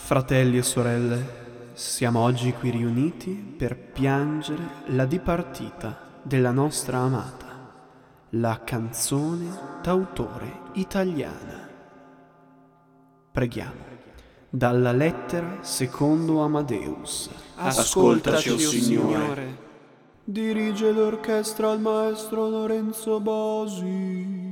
Fratelli e sorelle, siamo oggi qui riuniti per piangere la dipartita della nostra amata, la canzone d'autore italiana. Preghiamo. Dalla lettera secondo Amadeus. Ascoltaci, o Signore. Dirige l'orchestra il maestro Lorenzo Bosi.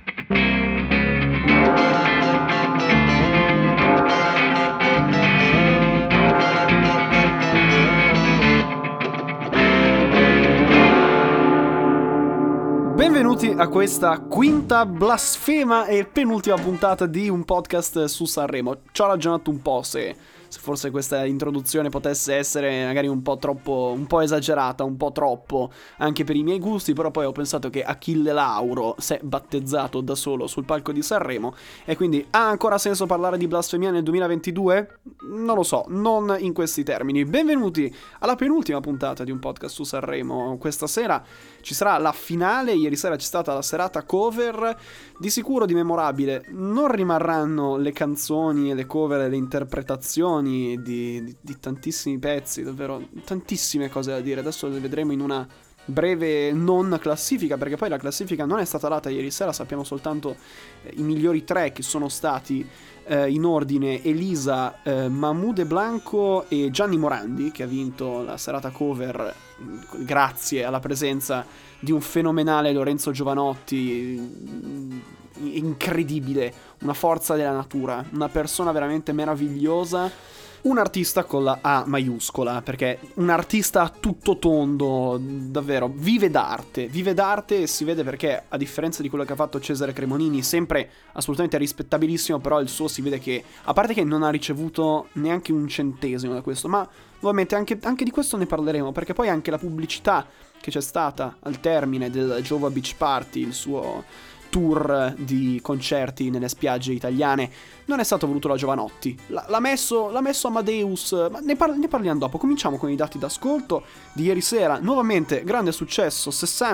Benvenuti a questa quinta blasfema e penultima puntata di un podcast su Sanremo. Ci ho ragionato un po' se forse questa introduzione potesse essere magari un po' troppo, un po' esagerata, un po' troppo anche per i miei gusti, però poi ho pensato che Achille Lauro si è battezzato da solo sul palco di Sanremo e quindi ha ancora senso parlare di blasfemia nel 2022? Non lo so, non in questi termini. Benvenuti alla penultima puntata di un podcast su Sanremo. Questa sera ci sarà la finale, ieri sera c'è stata la serata cover, di sicuro di memorabile. Non rimarranno le canzoni e le cover e le interpretazioni di tantissimi pezzi, davvero tantissime cose da dire. Adesso le vedremo in una breve non classifica, perché poi la classifica non è stata data ieri sera, sappiamo soltanto i migliori tre che sono stati in ordine: Elisa, Mahmood Blanco e Gianni Morandi, che ha vinto la serata cover grazie alla presenza di un fenomenale Lorenzo Giovanotti, incredibile, una forza della natura, una persona veramente meravigliosa. Un artista con la A maiuscola, perché un artista a tutto tondo, davvero, vive d'arte e si vede perché, a differenza di quello che ha fatto Cesare Cremonini, sempre assolutamente rispettabilissimo, però il suo si vede che, a parte che non ha ricevuto neanche un centesimo da questo, ma nuovamente anche di questo ne parleremo, perché poi anche la pubblicità che c'è stata al termine del Jova Beach Party, il suo tour di concerti nelle spiagge italiane, non è stato voluto da Giovanotti. L'ha messo Amadeus, ma ne parliamo dopo. Cominciamo con i dati d'ascolto di ieri sera. Nuovamente grande successo,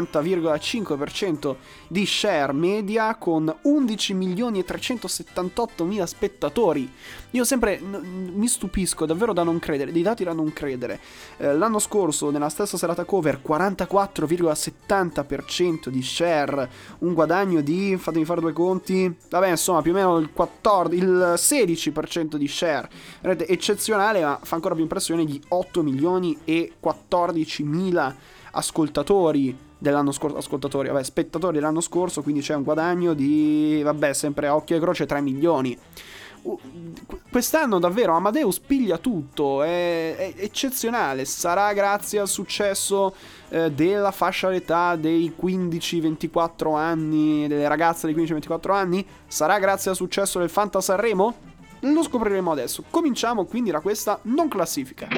60,5% di share media con 11.378.000 spettatori. Io sempre mi stupisco, davvero da non credere, dei dati da non credere. L'anno scorso, nella stessa serata cover, 44,70% di share, un guadagno di, fatemi fare due conti, vabbè, insomma, più o meno il 16% di share. Vedete, eccezionale, ma fa ancora più impressione gli 8.014.000 ascoltatori dell'anno scorso, spettatori dell'anno scorso, quindi c'è un guadagno di, vabbè, sempre a occhio e croce, 3 milioni. Quest'anno davvero Amadeus piglia tutto, è eccezionale. Sarà grazie al successo della fascia d'età dei 15-24 anni, delle ragazze dei 15-24 anni? Sarà grazie al successo del Fanta Sanremo? Lo scopriremo adesso. Cominciamo quindi da questa non classifica.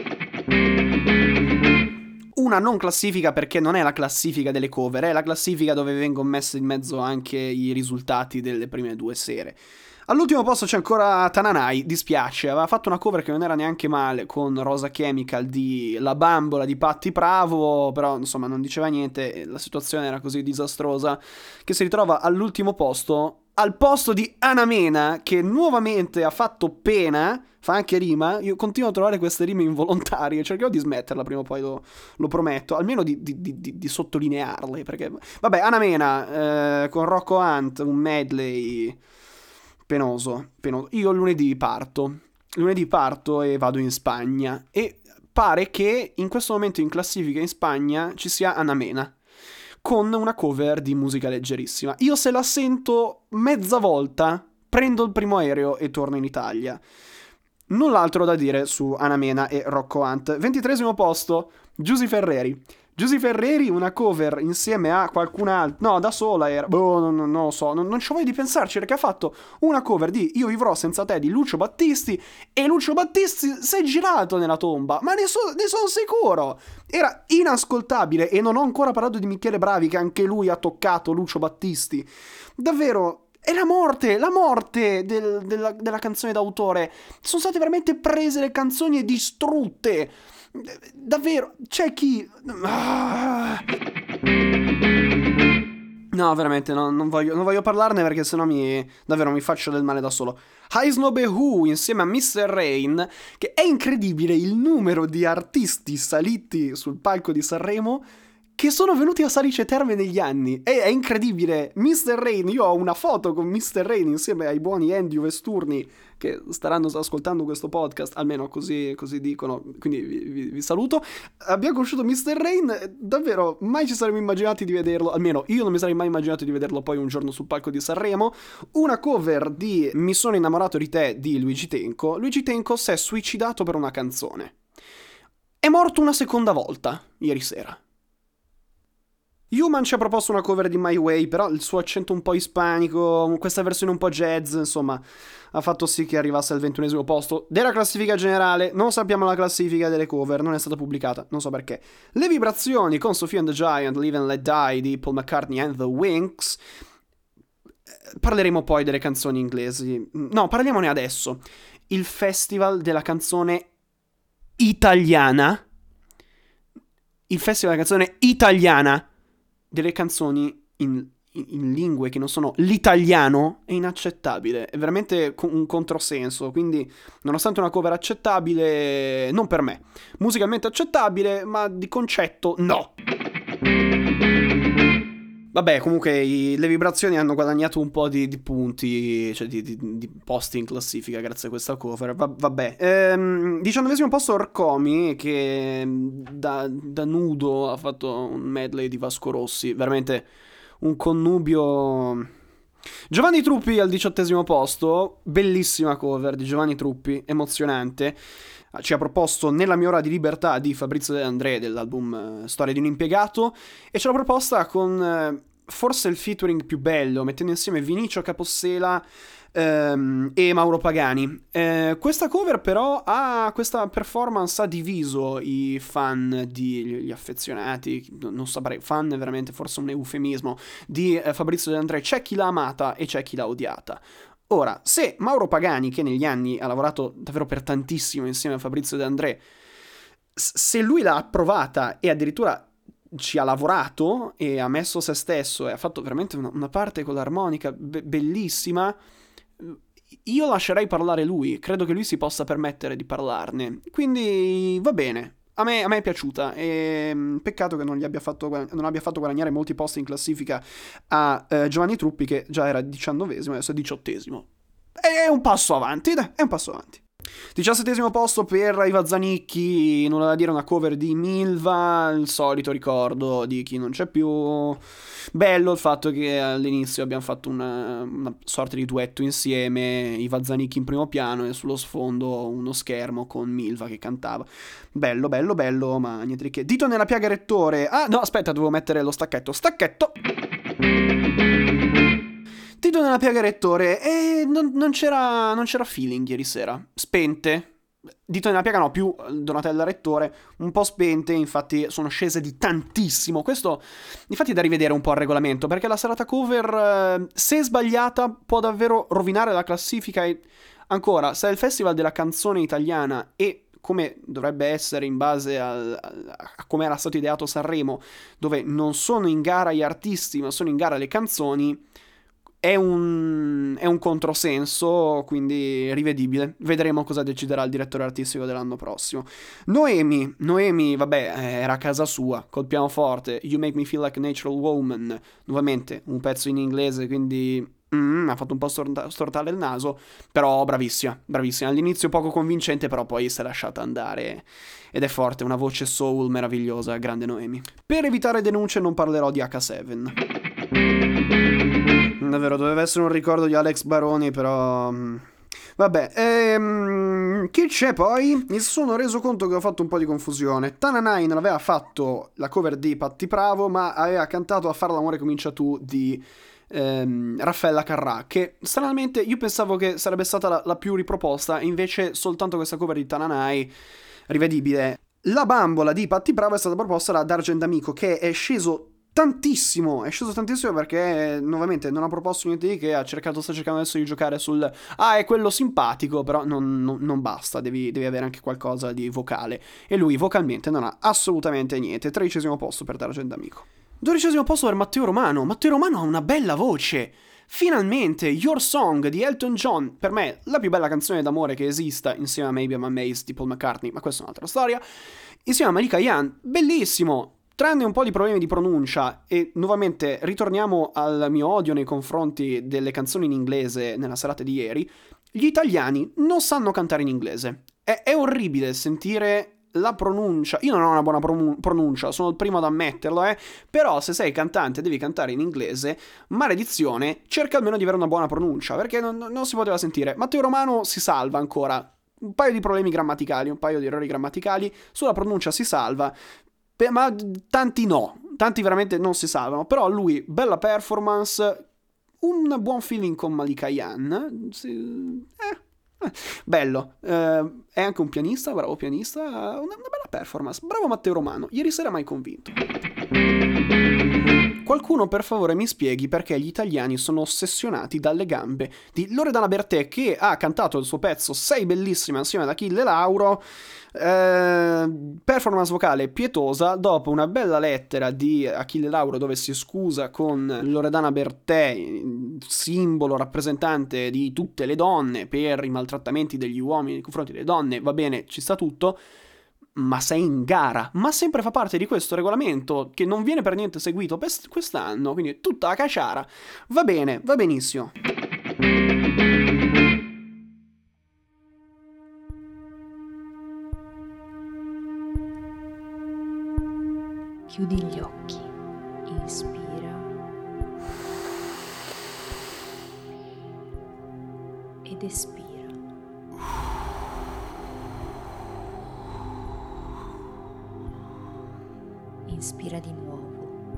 Una non classifica perché non è la classifica delle cover, è la classifica dove vengono messi in mezzo anche i risultati delle prime due sere. All'ultimo posto c'è ancora Tananai, dispiace, aveva fatto una cover che non era neanche male con Rosa Chemical di La Bambola di Patti Bravo, però insomma non diceva niente, la situazione era così disastrosa che si ritrova all'ultimo posto, al posto di Ana Mena, che nuovamente ha fatto pena, fa anche rima. Io continuo a trovare queste rime involontarie, cercherò di smetterla prima o poi, lo prometto, almeno di sottolinearle, perché vabbè, Ana Mena con Rocco Hunt, un medley penoso. Io lunedì parto e vado in Spagna e pare che in questo momento in classifica in Spagna ci sia Ana Mena con una cover di musica leggerissima. Io se la sento mezza volta prendo il primo aereo e torno in Italia. Null'altro da dire su Ana Mena e Rocco Hunt. 23esimo posto, Giusy Ferreri, una cover insieme a qualcun altro, no, da sola era, non lo so, non ci voglio di pensarci, perché ha fatto una cover di Io vivrò senza te di Lucio Battisti e Lucio Battisti si è girato nella tomba, ma ne sono sicuro, era inascoltabile. E non ho ancora parlato di Michele Bravi, che anche lui ha toccato Lucio Battisti, davvero. È la morte della canzone d'autore. Sono state veramente prese le canzoni e distrutte. Davvero, c'è chi... No, veramente, no, non voglio parlarne perché sennò davvero mi faccio del male da solo. Highsnow Who insieme a Mr. Rain, che è incredibile il numero di artisti saliti sul palco di Sanremo che sono venuti a Salice Terme negli anni. È incredibile. Mr. Rain, io ho una foto con Mr. Rain insieme ai buoni Andy Vesturni che staranno ascoltando questo podcast, almeno così dicono, quindi vi saluto. Abbiamo conosciuto Mr. Rain, davvero mai ci saremmo immaginati di vederlo, almeno io non mi sarei mai immaginato di vederlo poi un giorno sul palco di Sanremo. Una cover di Mi sono innamorato di te di Luigi Tenco. Luigi Tenco si è suicidato per una canzone. È morto una seconda volta ieri sera. Human ci ha proposto una cover di My Way, però il suo accento un po' ispanico, questa versione un po' jazz, insomma, ha fatto sì che arrivasse al 21esimo posto della classifica generale. Non sappiamo la classifica delle cover, non è stata pubblicata, non so perché. Le vibrazioni con Sophie and the Giant, Live and Let Die di Paul McCartney and the Winx. Parleremo poi delle canzoni inglesi. No, parliamone adesso. Il festival della canzone italiana. Il festival della canzone italiana. Delle canzoni in lingue che non sono l'italiano è inaccettabile, è veramente un controsenso, quindi nonostante una cover accettabile, non per me, musicalmente accettabile, ma di concetto no. Vabbè, comunque le vibrazioni hanno guadagnato un po' di punti, cioè di posti in classifica grazie a questa cover. Vabbè, 19esimo posto Orcomi, che da nudo ha fatto un medley di Vasco Rossi, veramente un connubio. Giovanni Truppi al 18esimo posto, bellissima cover di Giovanni Truppi, emozionante. Ci ha proposto Nella mia ora di libertà di Fabrizio De André dell'album Storia di un impiegato, e ce l'ha proposta con forse il featuring più bello, mettendo insieme Vinicio Capossela e Mauro Pagani. Questa cover però questa performance ha diviso i fan, gli affezionati, non saprei, fan è veramente forse un eufemismo, di Fabrizio De André. C'è chi l'ha amata e c'è chi l'ha odiata. Ora, se Mauro Pagani, che negli anni ha lavorato davvero per tantissimo insieme a Fabrizio De André, se lui l'ha approvata e addirittura ci ha lavorato e ha messo se stesso e ha fatto veramente una parte con l'armonica bellissima, io lascerei parlare lui, credo che lui si possa permettere di parlarne, quindi va bene. A me è piaciuta, e peccato che non abbia fatto guadagnare molti posti in classifica a Giovanni Truppi, che già era 19esimo, adesso è 18esimo. È un passo avanti, dai, è un passo avanti. 17esimo posto per Iva Zanicchi, nulla da dire, una cover di Milva, il solito ricordo di chi non c'è più. Bello il fatto che all'inizio abbiamo fatto una sorta di duetto insieme, Iva Zanicchi in primo piano e sullo sfondo uno schermo con Milva che cantava. Bello, ma niente di che. Dito nella piaga rettore. Ah, no, aspetta, dovevo mettere lo stacchetto. Dito nella piaga rettore, e non c'era feeling ieri sera. Spente. Dito nella piaga no, più Donatella Rettore, un po' spente, infatti sono scese di tantissimo. Questo infatti è da rivedere un po' al regolamento, perché la serata cover, se sbagliata, può davvero rovinare la classifica. E ancora, se è il festival della canzone italiana e come dovrebbe essere in base a come era stato ideato Sanremo, dove non sono in gara gli artisti ma sono in gara le canzoni, è un controsenso, quindi rivedibile. Vedremo cosa deciderà il direttore artistico dell'anno prossimo. Noemi, vabbè, era a casa sua col pianoforte, You Make Me Feel Like a Natural Woman, nuovamente un pezzo in inglese, quindi ha fatto un po' stortare il naso, però bravissima. All'inizio poco convincente, però poi si è lasciata andare ed è forte, una voce soul meravigliosa, grande Noemi. Per evitare denunce non parlerò di H7. Davvero, doveva essere un ricordo di Alex Baroni, però vabbè, chi c'è poi? Mi sono reso conto che ho fatto un po' di confusione. Tananai non aveva fatto la cover di Patti Bravo, ma aveva cantato A fare l'amore comincia tu di Raffaella Carrà, che stranamente io pensavo che sarebbe stata la più riproposta, e invece soltanto questa cover di Tananai, rivedibile. La bambola di Patti Bravo è stata proposta da Dargen D'Amico, che è sceso tantissimo perché nuovamente non ha proposto niente di che, sta cercando adesso di giocare sul è quello simpatico, però non basta, devi avere anche qualcosa di vocale, e lui vocalmente non ha assolutamente niente. 13esimo posto per Dargen D'Amico. 12° posto per Matteo Romano. Matteo Romano ha una bella voce. Finalmente, Your Song di Elton John, per me la più bella canzone d'amore che esista, insieme a Maybe I'm Amazed di Paul McCartney, ma questa è un'altra storia. Insieme a Malika Yan, bellissimo, tranne un po' di problemi di pronuncia. E nuovamente ritorniamo al mio odio nei confronti delle canzoni in inglese nella serata di ieri. Gli italiani non sanno cantare in inglese. È orribile sentire la pronuncia. Io non ho una buona pronuncia, sono il primo ad ammetterlo, però se sei cantante e devi cantare in inglese, maledizione, cerca almeno di avere una buona pronuncia, perché non si poteva sentire. Matteo Romano si salva ancora, un paio di problemi grammaticali, un paio di errori grammaticali, sulla pronuncia si salva, ma tanti no, tanti veramente non si salvano. Però lui, bella performance, un buon feeling con Malika Yan, bello, è anche un pianista, bravo pianista, una bella performance, bravo Matteo Romano, ieri sera mai convinto. Qualcuno per favore mi spieghi perché gli italiani sono ossessionati dalle gambe di Loredana Bertè, che ha cantato il suo pezzo Sei bellissima insieme ad Achille Lauro, performance vocale pietosa, dopo una bella lettera di Achille Lauro dove si scusa con Loredana Bertè, simbolo rappresentante di tutte le donne, per i maltrattamenti degli uomini nei confronti delle donne. Va bene, ci sta tutto, ma sei in gara, ma sempre fa parte di questo regolamento che non viene per niente seguito quest'anno, quindi è tutta la caciara. Va bene, va benissimo. Chiudi gli occhi, inspira ed espira. Inspira di nuovo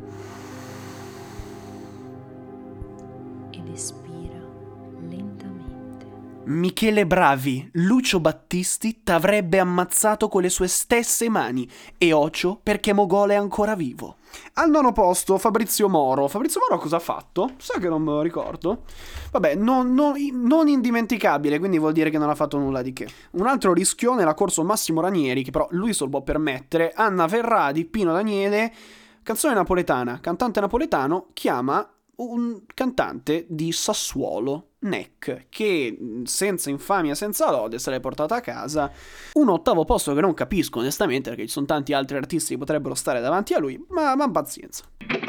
ed espira lentamente. Michele Bravi, Lucio Battisti t'avrebbe ammazzato con le sue stesse mani, e ocio perché Mogol è ancora vivo. Al 9° posto Fabrizio Moro. Fabrizio Moro cosa ha fatto? Sai che non me lo ricordo. Vabbè, non indimenticabile, quindi vuol dire che non ha fatto nulla di che. Un altro rischione l'ha corso Massimo Ranieri, che però lui se lo può permettere. Anna Verradi, Pino Daniele, canzone napoletana, cantante napoletano, chiama un cantante di Sassuolo, Neck, che senza infamia, senza lode, se l'è portata a casa. Un 8° posto che non capisco onestamente, perché ci sono tanti altri artisti che potrebbero stare davanti a lui, ma pazienza.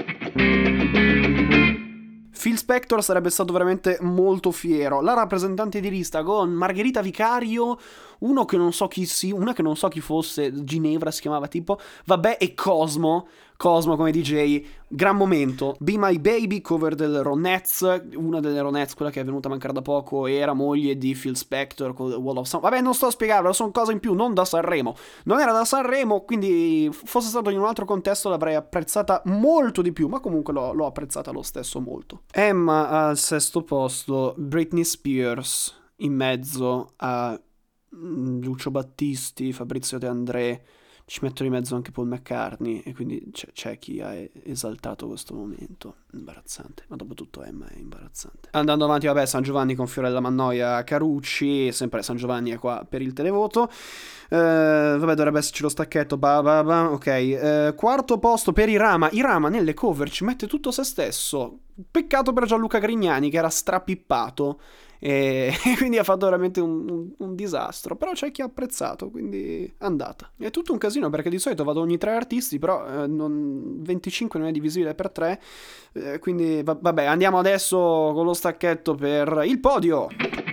Phil Spector sarebbe stato veramente molto fiero. La rappresentante di lista con Margherita Vicario, una che non so chi fosse, Ginevra si chiamava tipo, vabbè, e Cosmo come DJ, gran momento. Be My Baby, cover del Ronettes, una delle Ronettes, quella che è venuta a mancare da poco, era moglie di Phil Spector con The Wall of Sound. Vabbè, non sto a spiegarlo, sono cose in più, non da Sanremo. Non era da Sanremo, quindi fosse stato in un altro contesto l'avrei apprezzata molto di più, ma comunque l'ho apprezzata lo stesso molto. Emma al 6° posto, Britney Spears in mezzo a Lucio Battisti, Fabrizio De André. Ci metto di mezzo anche Paul McCartney, e quindi c'è chi ha esaltato questo momento. Imbarazzante, ma dopo tutto Emma è imbarazzante. Andando avanti, vabbè, San Giovanni con Fiorella Mannoia Carucci, sempre San Giovanni è qua per il televoto. Vabbè, dovrebbe esserci lo stacchetto, ok. 4° posto per Irama nelle cover ci mette tutto se stesso. Peccato per Gianluca Grignani, che era strapippato e quindi ha fatto veramente un disastro. Però c'è chi ha apprezzato, quindi è andata. È tutto un casino, perché di solito vado ogni 3 artisti, però 25 non è divisibile per 3, quindi vabbè, andiamo adesso con lo stacchetto per il podio.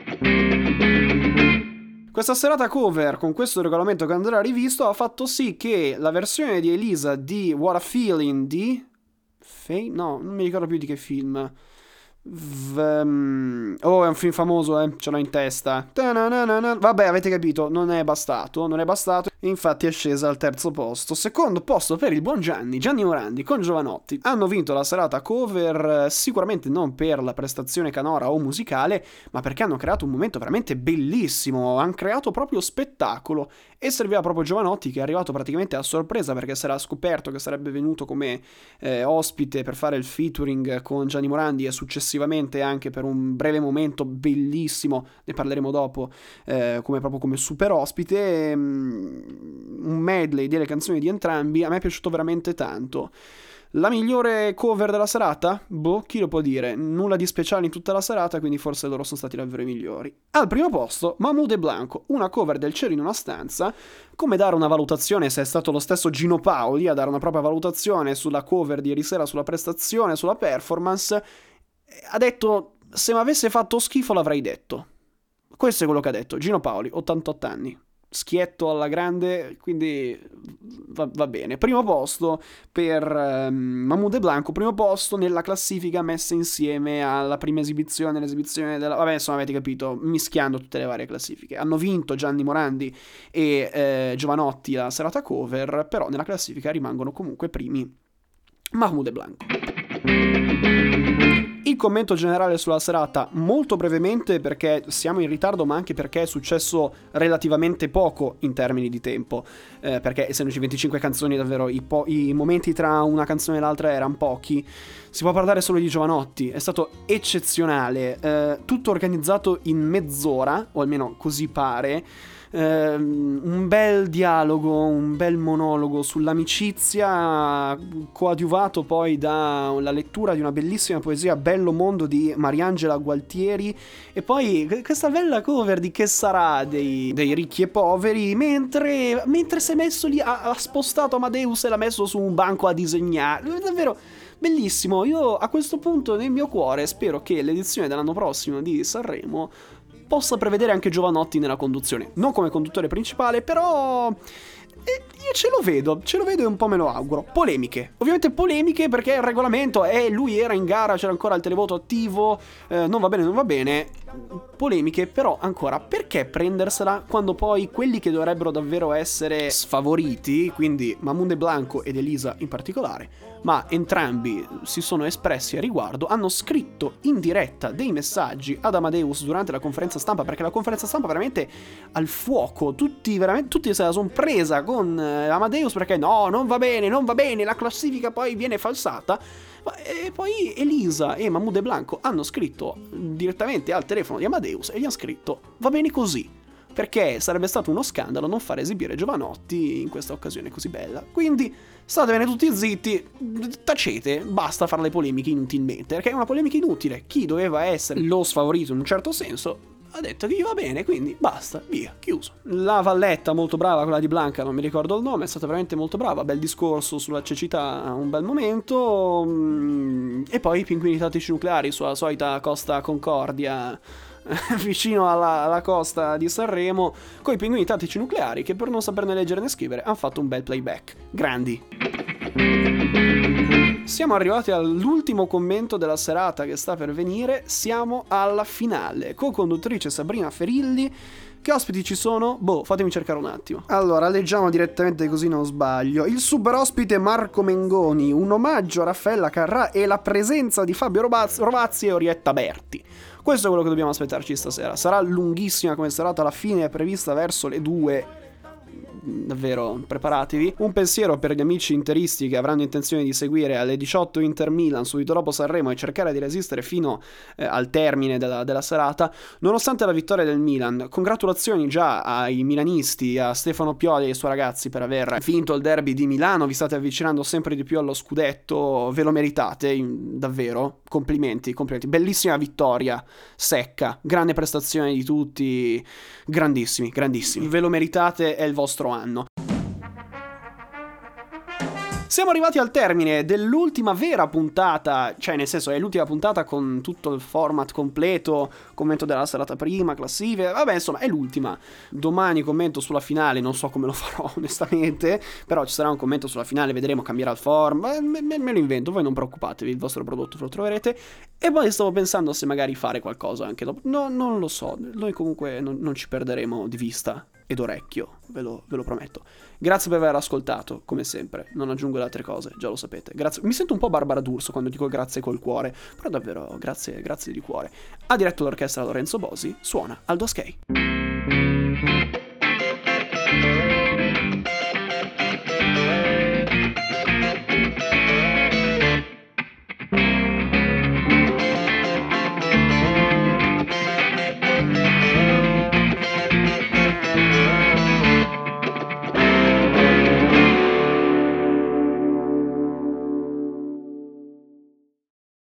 Questa serata cover, con questo regolamento che andrà rivisto, ha fatto sì che la versione di Elisa di What a Feeling di no, non mi ricordo più di che film. È un film famoso, ce l'ho in testa. Vabbè, avete capito, non è bastato. Infatti è scesa al 3° posto. 2° posto per il buon Gianni Morandi con Giovanotti. Hanno vinto la serata cover sicuramente non per la prestazione canora o musicale, ma perché hanno creato un momento veramente bellissimo. Hanno creato proprio spettacolo, e serviva proprio Giovanotti, che è arrivato praticamente a sorpresa, perché si era scoperto che sarebbe venuto come ospite per fare il featuring con Gianni Morandi, e successivamente anche per un breve momento bellissimo, ne parleremo dopo, come super ospite. Un medley delle canzoni di entrambi a me è piaciuto veramente tanto. La migliore cover della serata? Boh, chi lo può dire? Nulla di speciale in tutta la serata, quindi forse loro sono stati davvero i migliori. Al primo posto, Mahmood e Blanco, una cover del Cielo in una stanza. Come dare una valutazione, se è stato lo stesso Gino Paoli a dare una propria valutazione sulla cover di ieri sera, sulla prestazione, sulla performance, ha detto, se mi avesse fatto schifo l'avrei detto. Questo è quello che ha detto Gino Paoli, 88 anni. Schietto alla grande, quindi va bene. Primo posto per Mahmood e Blanco, primo posto nella classifica messa insieme alla prima esibizione, l'esibizione della... Vabbè, insomma, avete capito, mischiando tutte le varie classifiche. Hanno vinto Gianni Morandi e Giovanotti la serata cover, però nella classifica rimangono comunque primi Mahmood e Blanco. Il commento generale sulla serata, molto brevemente, perché siamo in ritardo, ma anche perché è successo relativamente poco in termini di tempo, perché essendoci 25 canzoni davvero i momenti tra una canzone e l'altra erano pochi. Si può parlare solo di Giovanotti, è stato eccezionale, tutto organizzato in mezz'ora, o almeno così pare. Un bel dialogo, un bel monologo sull'amicizia, coadiuvato poi dalla lettura di una bellissima poesia, Bello Mondo di Mariangela Gualtieri, e poi questa bella cover di Che sarà dei Ricchi e Poveri, mentre si è messo lì, ha spostato Amadeus e l'ha messo su un banco a disegnare, davvero bellissimo. Io a questo punto nel mio cuore spero che l'edizione dell'anno prossimo di Sanremo possa prevedere anche Giovanotti nella conduzione, non come conduttore principale, però io ce lo vedo e un po' me lo auguro. Polemiche, ovviamente polemiche, perché il regolamento è, lui era in gara, c'era ancora il televoto attivo, non va bene, polemiche, però ancora, perché prendersela quando poi quelli che dovrebbero davvero essere sfavoriti, quindi Mahmood e Blanco ed Elisa in particolare, ma entrambi si sono espressi a riguardo, hanno scritto in diretta dei messaggi ad Amadeus durante la conferenza stampa, perché la conferenza stampa veramente al fuoco, tutti se la sono presa con Amadeus, perché no, non va bene, la classifica poi viene falsata. E poi Elisa e Mahmood e Blanco hanno scritto direttamente al telefono di Amadeus e gli hanno scritto va bene così, perché sarebbe stato uno scandalo non far esibire Giovanotti in questa occasione così bella. Quindi statevene tutti zitti, tacete, basta fare le polemiche inutilmente, perché è una polemica inutile. Chi doveva essere lo sfavorito in un certo senso ha detto che gli va bene, quindi basta, via, chiuso. La Valletta, molto brava, quella di Blanca, non mi ricordo il nome, è stata veramente molto brava, bel discorso sulla cecità, un bel momento. E poi i Pinguini Tattici Nucleari sulla solita Costa Concordia, vicino alla costa di Sanremo, con i Pinguini Tattici Nucleari che, per non saperne leggere né scrivere, hanno fatto un bel playback. Grandi. Siamo arrivati all'ultimo commento della serata che sta per venire, siamo alla finale, co-conduttrice Sabrina Ferilli. Che ospiti ci sono? Boh, fatemi cercare un attimo. Allora, leggiamo direttamente così non sbaglio. Il super ospite Marco Mengoni, un omaggio a Raffaella Carrà e la presenza di Fabio Rovazzi e Orietta Berti. Questo è quello che dobbiamo aspettarci stasera. Sarà lunghissima come serata, alla fine è prevista verso le 2. Davvero, preparatevi. Un pensiero per gli amici interisti che avranno intenzione di seguire alle 18 Inter Milan subito dopo Sanremo e cercare di resistere fino al termine della serata. Nonostante la vittoria del Milan, congratulazioni già ai milanisti, a Stefano Pioli e ai suoi ragazzi per aver vinto il derby di Milano. Vi state avvicinando sempre di più allo scudetto, ve lo meritate, davvero, complimenti. Bellissima vittoria, secca, grande prestazione di tutti, grandissimi, ve lo meritate, è il vostro anno. Siamo arrivati al termine dell'ultima vera puntata, cioè nel senso è l'ultima puntata con tutto il format completo, commento della serata prima, classifica, vabbè insomma è l'ultima. Domani commento sulla finale, non so come lo farò onestamente, però ci sarà un commento sulla finale, vedremo, cambierà il format, me lo invento, voi non preoccupatevi, il vostro prodotto lo troverete. E poi stavo pensando se magari fare qualcosa anche dopo, no, non lo so, noi comunque non ci perderemo di vista ed orecchio, ve lo prometto. Grazie per aver ascoltato, come sempre, non aggiungo le altre cose, già lo sapete. Grazie, mi sento un po' Barbara D'Urso quando dico grazie col cuore, però davvero grazie di cuore. Ha diretto l'orchestra Lorenzo Bosi, suona Aldo Askey.